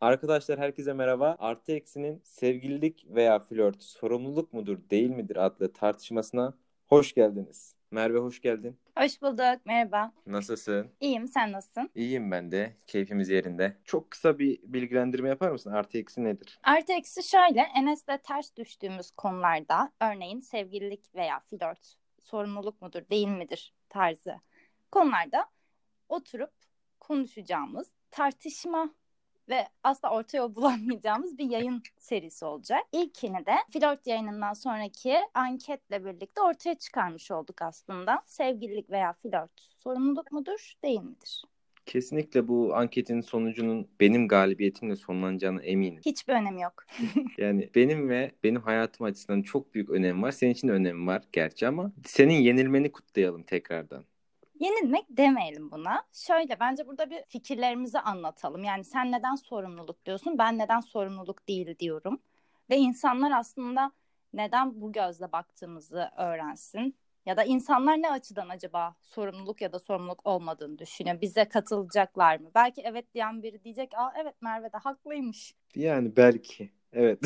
Arkadaşlar herkese merhaba. Artı eksinin sevgililik veya flört sorumluluk mudur değil midir adlı tartışmasına hoş geldiniz. Merve hoş geldin. Hoş bulduk. Merhaba. Nasılsın? İyiyim. Sen nasılsın? İyiyim ben de. Keyfimiz yerinde. Çok kısa bir bilgilendirme yapar mısın? Artı eksi nedir? Artı eksi şöyle. Enes'le ters düştüğümüz konularda örneğin sevgililik veya flört sorumluluk mudur değil midir tarzı konularda oturup konuşacağımız, tartışma ve asla orta yol bulamayacağımız bir yayın serisi olacak. İlkini de flört yayınından sonraki anketle birlikte ortaya çıkarmış olduk aslında. Sevgililik veya flört sorumluluk mudur değil midir? Kesinlikle bu anketin sonucunun benim galibiyetimle sonlanacağına eminim. Hiçbir önemi yok. Yani benim ve benim hayatım açısından çok büyük önemi var. Senin için de önemi var gerçi ama senin yenilmeni kutlayalım tekrardan. Yenilmek demeyelim buna. Şöyle bence burada bir fikirlerimizi anlatalım. Yani sen neden sorumluluk diyorsun, ben neden sorumluluk değil diyorum. Ve insanlar aslında neden bu gözle baktığımızı öğrensin. Ya da insanlar ne açıdan acaba sorumluluk ya da sorumluluk olmadığını düşünüyor. Bize katılacaklar mı? Belki evet diyen biri diyecek, aa evet Merve de haklıymış. Yani belki. Evet.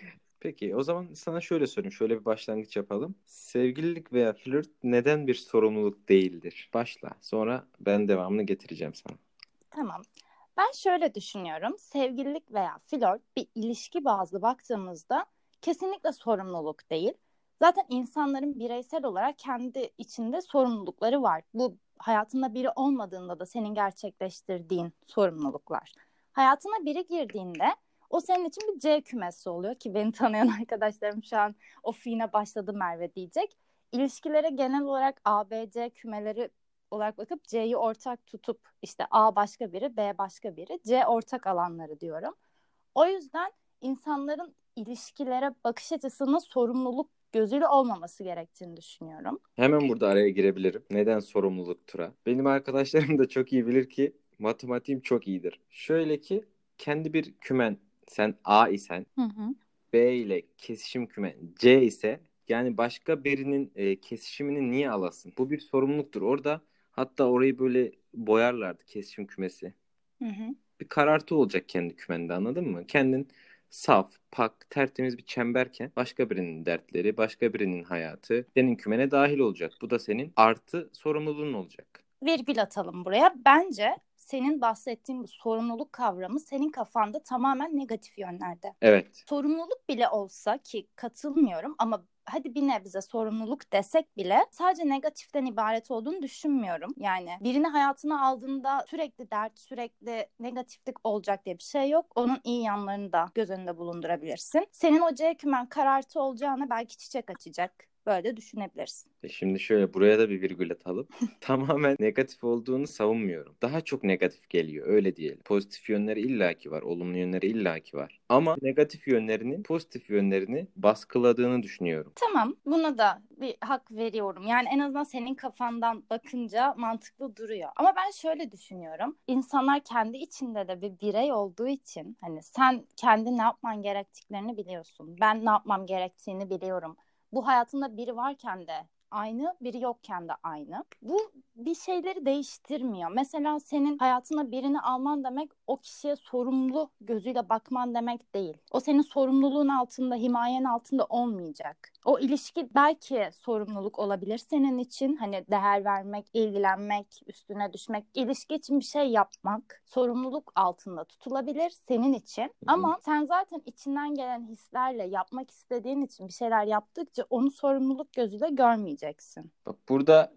Peki o zaman sana şöyle sorayım. Şöyle bir başlangıç yapalım. Sevgililik veya flört neden bir sorumluluk değildir? Başla. Sonra ben devamını getireceğim sana. Tamam. Ben şöyle düşünüyorum. Sevgililik veya flört bir ilişki bazlı baktığımızda kesinlikle sorumluluk değil. Zaten insanların bireysel olarak kendi içinde sorumlulukları var. Bu hayatında biri olmadığında da senin gerçekleştirdiğin sorumluluklar. Hayatına biri girdiğinde o senin için bir C kümesi oluyor ki beni tanıyan arkadaşlarım şu an o fiine başladı Merve diyecek. İlişkilere genel olarak A, B, C kümeleri olarak bakıp C'yi ortak tutup işte A başka biri, B başka biri, C ortak alanları diyorum. O yüzden insanların ilişkilere bakış açısının sorumluluk gözüyle olmaması gerektiğini düşünüyorum. Hemen burada araya girebilirim. Neden sorumluluk tura? Benim arkadaşlarım da çok iyi bilir ki matematiğim çok iyidir. Şöyle ki kendi bir kümen sen A isen Hı hı. B ile kesişim kümen C ise yani başka birinin kesişimini niye alasın? Bu bir sorumluluktur. Orada hatta orayı böyle boyarlardı kesişim kümesi. Hı hı. Bir karartı olacak kendi kümende anladın mı? Kendin saf, pak, tertemiz bir çemberken başka birinin dertleri, başka birinin hayatı senin kümene dahil olacak. Bu da senin artı sorumluluğun olacak. Virgül atalım buraya. Bence senin bahsettiğin bu sorumluluk kavramı senin kafanda tamamen negatif yönlerde. Evet. Sorumluluk bile olsa ki katılmıyorum ama hadi bir nebze sorumluluk desek bile sadece negatiften ibaret olduğunu düşünmüyorum. Yani birini hayatına aldığında sürekli dert, sürekli negatiflik olacak diye bir şey yok. Onun iyi yanlarını da göz önünde bulundurabilirsin. Senin o C kümen karartı olacağına belki çiçek açacak. Böyle de düşünebilirsin. Şimdi şöyle buraya da bir virgül atalım. Tamamen negatif olduğunu savunmuyorum. Daha çok negatif geliyor öyle diyelim. Pozitif yönleri illaki var, olumlu yönleri illaki var. Ama negatif yönlerinin pozitif yönlerini baskıladığını düşünüyorum. Tamam, buna da bir hak veriyorum. Yani en azından senin kafandan bakınca mantıklı duruyor. Ama ben şöyle düşünüyorum. İnsanlar kendi içinde de bir birey olduğu için hani sen kendi ne yapman gerektiklerini biliyorsun. Ben ne yapmam gerektiğini biliyorum. Bu hayatında biri varken de aynı, biri yokken de aynı. Bu bir şeyleri değiştirmiyor. Mesela senin hayatına birini alman demek o kişiye sorumlu gözüyle bakman demek değil. O senin sorumluluğun altında, himayen altında olmayacak. O ilişki belki sorumluluk olabilir senin için. Hani değer vermek, ilgilenmek, üstüne düşmek, ilişki için bir şey yapmak sorumluluk altında tutulabilir senin için. Hı hı. Ama sen zaten içinden gelen hislerle yapmak istediğin için bir şeyler yaptıkça onu sorumluluk gözüyle görmeyeceksin. Bak burada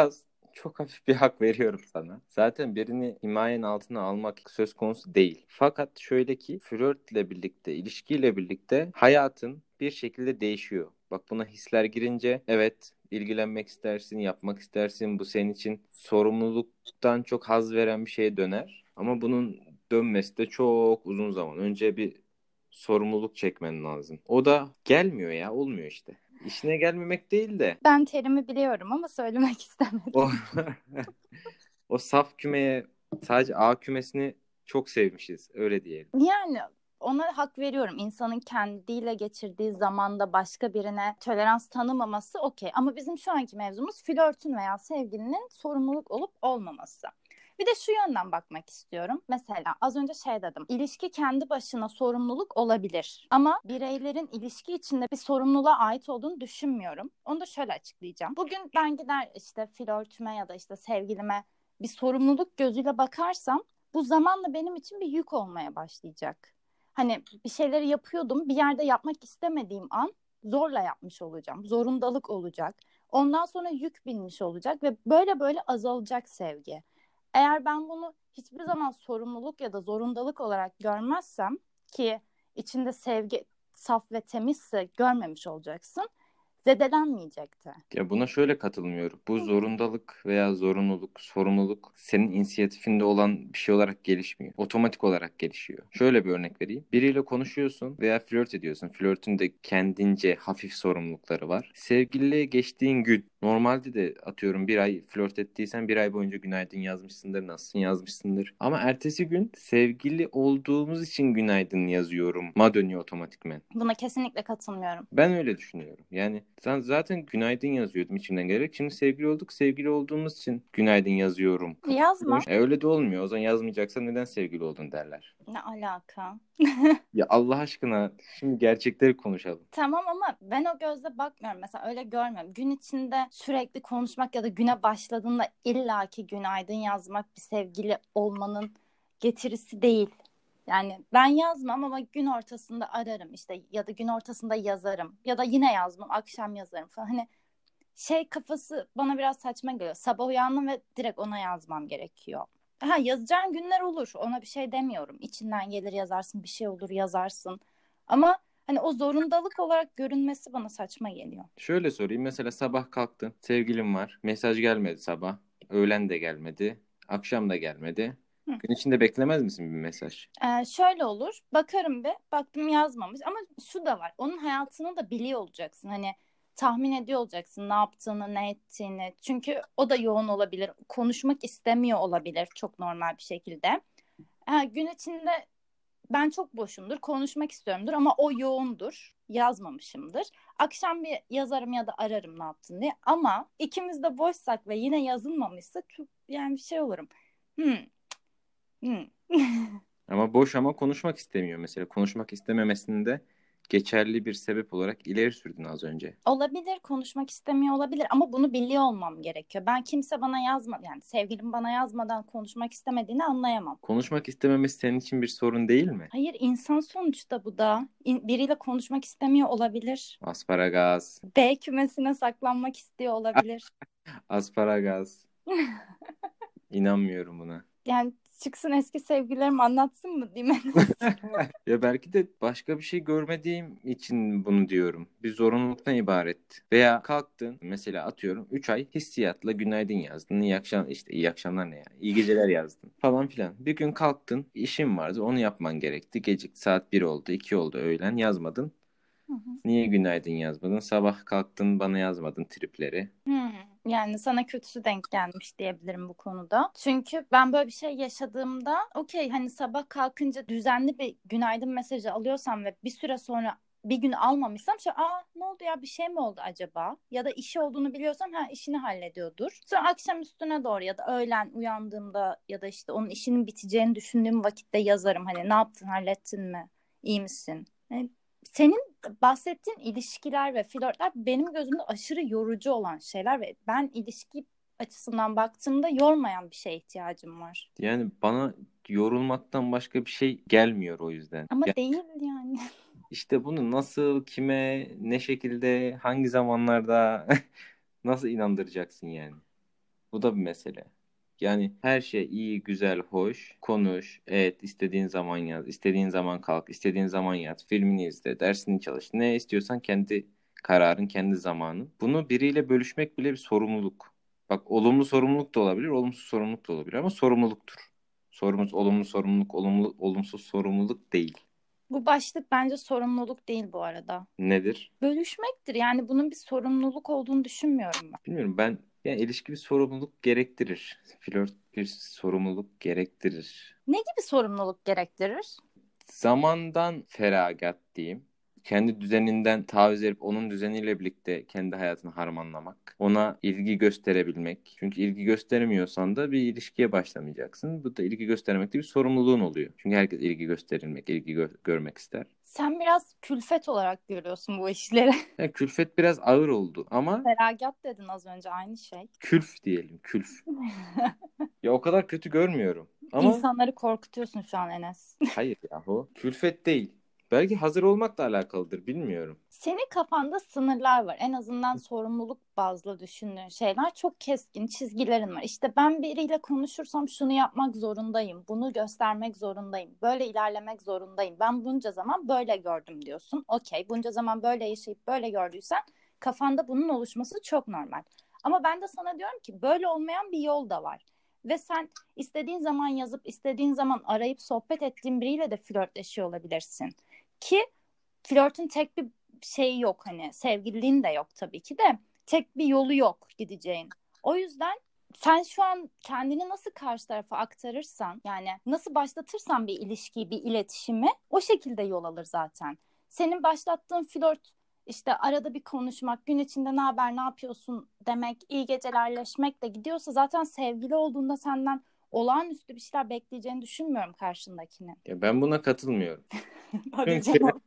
çok hafif bir hak veriyorum sana. Zaten birini himayen altına almak söz konusu değil. Fakat şöyle ki flörtle birlikte, ilişkiyle birlikte hayatın bir şekilde değişiyor. Bak buna hisler girince evet ilgilenmek istersin, yapmak istersin. Bu senin için sorumluluktan çok haz veren bir şeye döner. Ama bunun dönmesi de çok uzun zaman. Önce bir sorumluluk çekmen lazım. O da gelmiyor ya, olmuyor işte. İşine gelmemek değil de Ben terimi biliyorum ama söylemek o istemedim. o saf kümeye sadece A kümesini çok sevmişiz. Öyle diyelim. Yani ona hak veriyorum. İnsanın kendiyle geçirdiği zamanda başka birine tolerans tanımaması okey. Ama bizim şu anki mevzumuz flörtün veya sevgilinin sorumluluk olup olmaması. Bir de şu yönden bakmak istiyorum. Mesela az önce şey dedim. İlişki kendi başına sorumluluk olabilir. Ama bireylerin ilişki içinde bir sorumluluğa ait olduğunu düşünmüyorum. Onu da şöyle açıklayacağım. Bugün ben gider işte flörtüme ya da işte sevgilime bir sorumluluk gözüyle bakarsam bu zamanla benim için bir yük olmaya başlayacak. Hani bir şeyleri yapıyordum, bir yerde yapmak istemediğim an zorla yapmış olacağım. Zorundalık olacak. Ondan sonra yük binmiş olacak ve böyle böyle azalacak sevgi. Eğer ben bunu hiçbir zaman sorumluluk ya da zorundalık olarak görmezsem, ki içinde sevgi saf ve temizse görmemiş olacaksın, zedelenmeyecekti. Ya buna şöyle katılmıyorum. Bu zorundalık veya zorunluluk, sorumluluk senin inisiyatifinde olan bir şey olarak gelişmiyor. Otomatik olarak gelişiyor. Şöyle bir örnek vereyim. Biriyle konuşuyorsun veya flört ediyorsun. Flörtün de kendince hafif sorumlulukları var. Sevgililiğe geçtiğin gün normalde de atıyorum bir ay flört ettiysen bir ay boyunca günaydın yazmışsındır, nasılsın yazmışsındır. Ama ertesi gün sevgili olduğumuz için günaydın yazıyorum ma dönüyor otomatikmen. Buna kesinlikle katılmıyorum. Ben öyle düşünüyorum. Yani sen zaten günaydın yazıyordum içimden gelerek. Şimdi sevgili olduk. Sevgili olduğumuz için günaydın yazıyorum. Yazma. Öyle de olmuyor. O zaman yazmayacaksan neden sevgili oldun derler. Ne alaka? Ya Allah aşkına şimdi gerçekleri konuşalım. Tamam ama ben o gözle bakmıyorum. Mesela öyle görmüyorum. Gün içinde sürekli konuşmak ya da güne başladığında illaki günaydın yazmak bir sevgili olmanın getirisi değil. Yani ben yazmam ama gün ortasında ararım işte ya da gün ortasında yazarım ya da yine yazmam akşam yazarım falan. Hani şey kafası bana biraz saçma geliyor. Sabah uyandım ve direkt ona yazmam gerekiyor. Ha, yazacağın günler olur. Ona bir şey demiyorum. İçinden gelir yazarsın, bir şey olur yazarsın. Ama hani o zorundalık olarak görünmesi bana saçma geliyor. Şöyle sorayım. Mesela sabah kalktın. Sevgilim var. Mesaj gelmedi sabah. Öğlen de gelmedi. Akşam da gelmedi. Hı. Gün içinde beklemez misin bir mesaj? Şöyle olur. Bakarım bir. Baktım yazmamış. Ama şu da var. Onun hayatını da biliyor olacaksın. Hani tahmin ediyor olacaksın ne yaptığını, ne ettiğini. Çünkü o da yoğun olabilir. Konuşmak istemiyor olabilir çok normal bir şekilde. Gün içinde ben çok boşumdur, konuşmak istiyorumdur ama o yoğundur, yazmamışımdır. Akşam bir yazarım ya da ararım ne yaptın diye. Ama ikimiz de boşsak ve yine yazılmamışsa çok yani bir şey olurum. Hmm, hmm. Ama boş ama konuşmak istemiyor mesela. Konuşmak istememesinde geçerli bir sebep olarak ileri sürdün az önce. Olabilir, konuşmak istemiyor olabilir ama bunu biliyor olmam gerekiyor. Ben kimse bana yazma yani sevgilim bana yazmadan konuşmak istemediğini anlayamam. Konuşmak istememesi senin için bir sorun değil mi? Hayır, insan sonuçta bu da. Biriyle konuşmak istemiyor olabilir. Asparagas. B kümesine saklanmak istiyor olabilir. Asparagas. İnanmıyorum buna. Yani çıksın eski sevgililerim anlatsın mı diyeyim. Ya belki de başka bir şey görmediğim için bunu diyorum. Bir zorunluluktan ibaret. Veya kalktın mesela atıyorum 3 ay hissiyatla günaydın yazdın. İyi akşam işte iyi akşamlar ne ya? İyi geceler yazdın falan filan. Bir gün kalktın işin vardı onu yapman gerekti. Gece saat 1 oldu 2 oldu öğlen yazmadın. Hı hı. Niye günaydın yazmadın? Sabah kalktın bana yazmadın tripleri. Hmm. Yani sana kötüsü denk gelmiş diyebilirim bu konuda. Çünkü ben böyle bir şey yaşadığımda okey hani sabah kalkınca düzenli bir günaydın mesajı alıyorsam ve bir süre sonra bir gün almamışsam ne oldu ya bir şey mi oldu acaba? Ya da işi olduğunu biliyorsam işini hallediyordur. Sonra akşam üstüne doğru ya da öğlen uyandığımda ya da işte onun işinin biteceğini düşündüğüm vakitte yazarım. Hani ne yaptın hallettin mi? İyi misin? Yani senin bahsettiğin ilişkiler ve flörtler benim gözümde aşırı yorucu olan şeyler ve ben ilişki açısından baktığımda yormayan bir şeye ihtiyacım var. Yani bana yorulmaktan başka bir şey gelmiyor o yüzden. Ama değil yani. İşte bunu nasıl, kime, ne şekilde, hangi zamanlarda nasıl inandıracaksın yani? Bu da bir mesele. Yani her şey iyi, güzel, hoş. Konuş, et, istediğin zaman yaz, istediğin zaman kalk, istediğin zaman yat, filmini izle, dersini çalış. Ne istiyorsan kendi kararın, kendi zamanın. Bunu biriyle bölüşmek bile bir sorumluluk. Bak olumlu sorumluluk da olabilir, olumsuz sorumluluk da olabilir ama sorumluluktur. Sorumuz olumlu sorumluluk, olumsuz sorumluluk değil. Bu başlık bence sorumluluk değil bu arada. Nedir? Bölüşmektir. Yani bunun bir sorumluluk olduğunu düşünmüyorum ben. Bilmiyorum ben yani ilişki bir sorumluluk gerektirir. Flört bir sorumluluk gerektirir. Ne gibi sorumluluk gerektirir? Zamandan feragat diyeyim. kendi düzeninden taviz verip onun düzeniyle birlikte kendi hayatını harmanlamak, ona ilgi gösterebilmek. Çünkü ilgi gösteremiyorsan da bir ilişkiye başlamayacaksın. Bu da ilgi göstermekte bir sorumluluğun oluyor. Çünkü herkes ilgi gösterilmek, ilgi görmek ister. Sen biraz külfet olarak görüyorsun bu işleri. Yani külfet biraz ağır oldu ama Feragat dedin az önce, aynı şey. külf diyelim, külf. Ya o kadar kötü görmüyorum. Ama İnsanları korkutuyorsun şu an Enes. hayır yahu. Külfet değil. Belki hazır olmakla alakalıdır, bilmiyorum. Senin kafanda sınırlar var. En azından sorumluluk bazlı düşündüğün şeyler, çok keskin çizgilerin var. İşte ben biriyle konuşursam şunu yapmak zorundayım, bunu göstermek zorundayım, böyle ilerlemek zorundayım. Ben bunca zaman böyle gördüm diyorsun. Okey, bunca zaman böyle yaşayıp böyle gördüysen kafanda bunun oluşması çok normal. Ama ben de sana diyorum ki böyle olmayan bir yol da var. Ve sen istediğin zaman yazıp istediğin zaman arayıp sohbet ettiğin biriyle de flörtleşiyor olabilirsin. Ki flörtün tek bir şeyi yok, hani sevgililiğin de yok tabii ki de, tek bir yolu yok gideceğin. O yüzden sen şu an kendini nasıl karşı tarafa aktarırsan, yani nasıl başlatırsan bir ilişkiyi, bir iletişimi, o şekilde yol alır zaten. Senin başlattığın flört işte arada bir konuşmak, gün içinde ne haber, ne yapıyorsun demek, iyi gecelerleşmek de gidiyorsa zaten sevgili olduğunda senden olağanüstü bir şeyler bekleyeceğini düşünmüyorum karşındakinin. Ya ben buna katılmıyorum. Hadi Çünkü canım.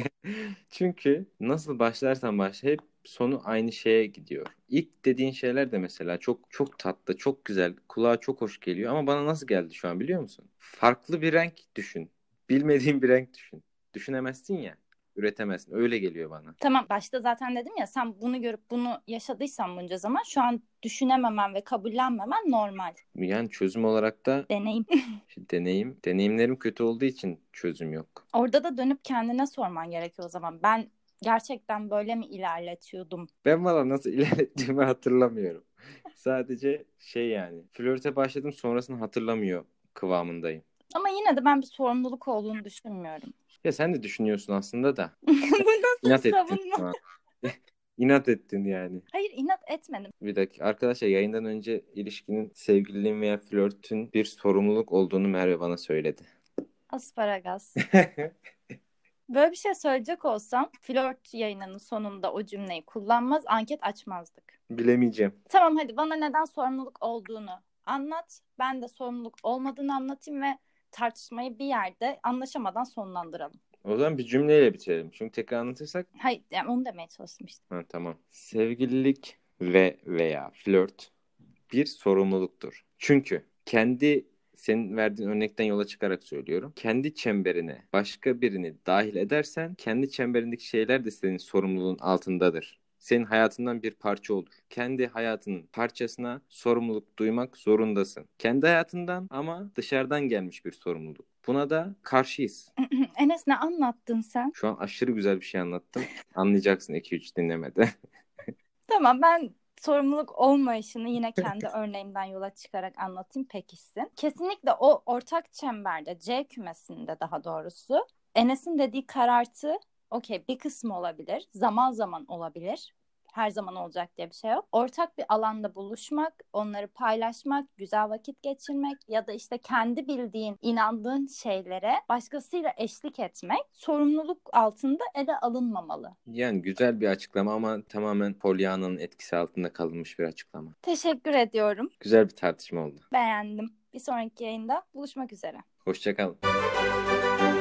çünkü nasıl başlarsan başla hep sonu aynı şeye gidiyor. İlk dediğin şeyler de mesela çok çok tatlı, çok güzel, kulağa çok hoş geliyor ama bana nasıl geldi şu an biliyor musun? Farklı bir renk düşün. Bilmediğin bir renk düşün. Düşünemezsin ya, üretemezsin. Öyle geliyor bana. Tamam, başta zaten dedim ya, sen bunu görüp bunu yaşadıysan bunca zaman şu an düşünememen ve kabullenmemen normal. Yani çözüm olarak da Deneyim. işte deneyimlerim kötü olduğu için çözüm yok. Orada da dönüp kendine sorman gerekiyor o zaman. Ben gerçekten böyle mi ilerletiyordum? Ben valla nasıl ilerlettiğimi hatırlamıyorum. Sadece şey yani flörte başladım sonrasını hatırlamıyor kıvamındayım. Ama yine de ben bir sorumluluk olduğunu düşünmüyorum. Ya sen de düşünüyorsun aslında da. Bu nasıl İnat bir ettin savunma? şu an. İnat ettin yani. Hayır, inat etmedim. Bir dakika arkadaşlar, yayından önce ilişkinin, sevgililiğin veya flörtün bir sorumluluk olduğunu Merve bana söyledi. Asparagas. Böyle bir şey söyleyecek olsam flört yayınının sonunda o cümleyi kullanmaz, anket açmazdık. Bilemeyeceğim. Tamam, hadi bana neden sorumluluk olduğunu anlat. Ben de sorumluluk olmadığını anlatayım ve tartışmayı bir yerde anlaşamadan sonlandıralım. O zaman bir cümleyle bitirelim. Çünkü tekrar anlatırsak. Hayır, yani onu demeye çalıştım işte. Ha, tamam. Sevgililik ve veya flört bir sorumluluktur. Çünkü senin verdiğin örnekten yola çıkarak söylüyorum. Kendi çemberine başka birini dahil edersen kendi çemberindeki şeyler de senin sorumluluğun altındadır. Senin hayatından bir parça olur. Kendi hayatının parçasına sorumluluk duymak zorundasın. Kendi hayatından ama dışarıdan gelmiş bir sorumluluk. Buna da karşıyız. Enes, ne anlattın sen? Şu an aşırı güzel bir şey anlattım. Anlayacaksın 2-3 dinlemede. Tamam, ben sorumluluk olmayışını yine kendi örneğimden yola çıkarak anlatayım, pekişsin. Kesinlikle o ortak çemberde, C kümesinde daha doğrusu, Enes'in dediği karartı okey, bir kısmı olabilir, zaman zaman olabilir. Her zaman olacak diye bir şey yok. Ortak bir alanda buluşmak, onları paylaşmak, güzel vakit geçirmek ya da işte kendi bildiğin, inandığın şeylere başkasıyla eşlik etmek sorumluluk altında ele alınmamalı. Yani güzel bir açıklama ama tamamen Pollyanna'nın etkisi altında kalınmış bir açıklama. Teşekkür ediyorum. Güzel bir tartışma oldu. Beğendim. Bir sonraki yayında buluşmak üzere. Hoşça kalın.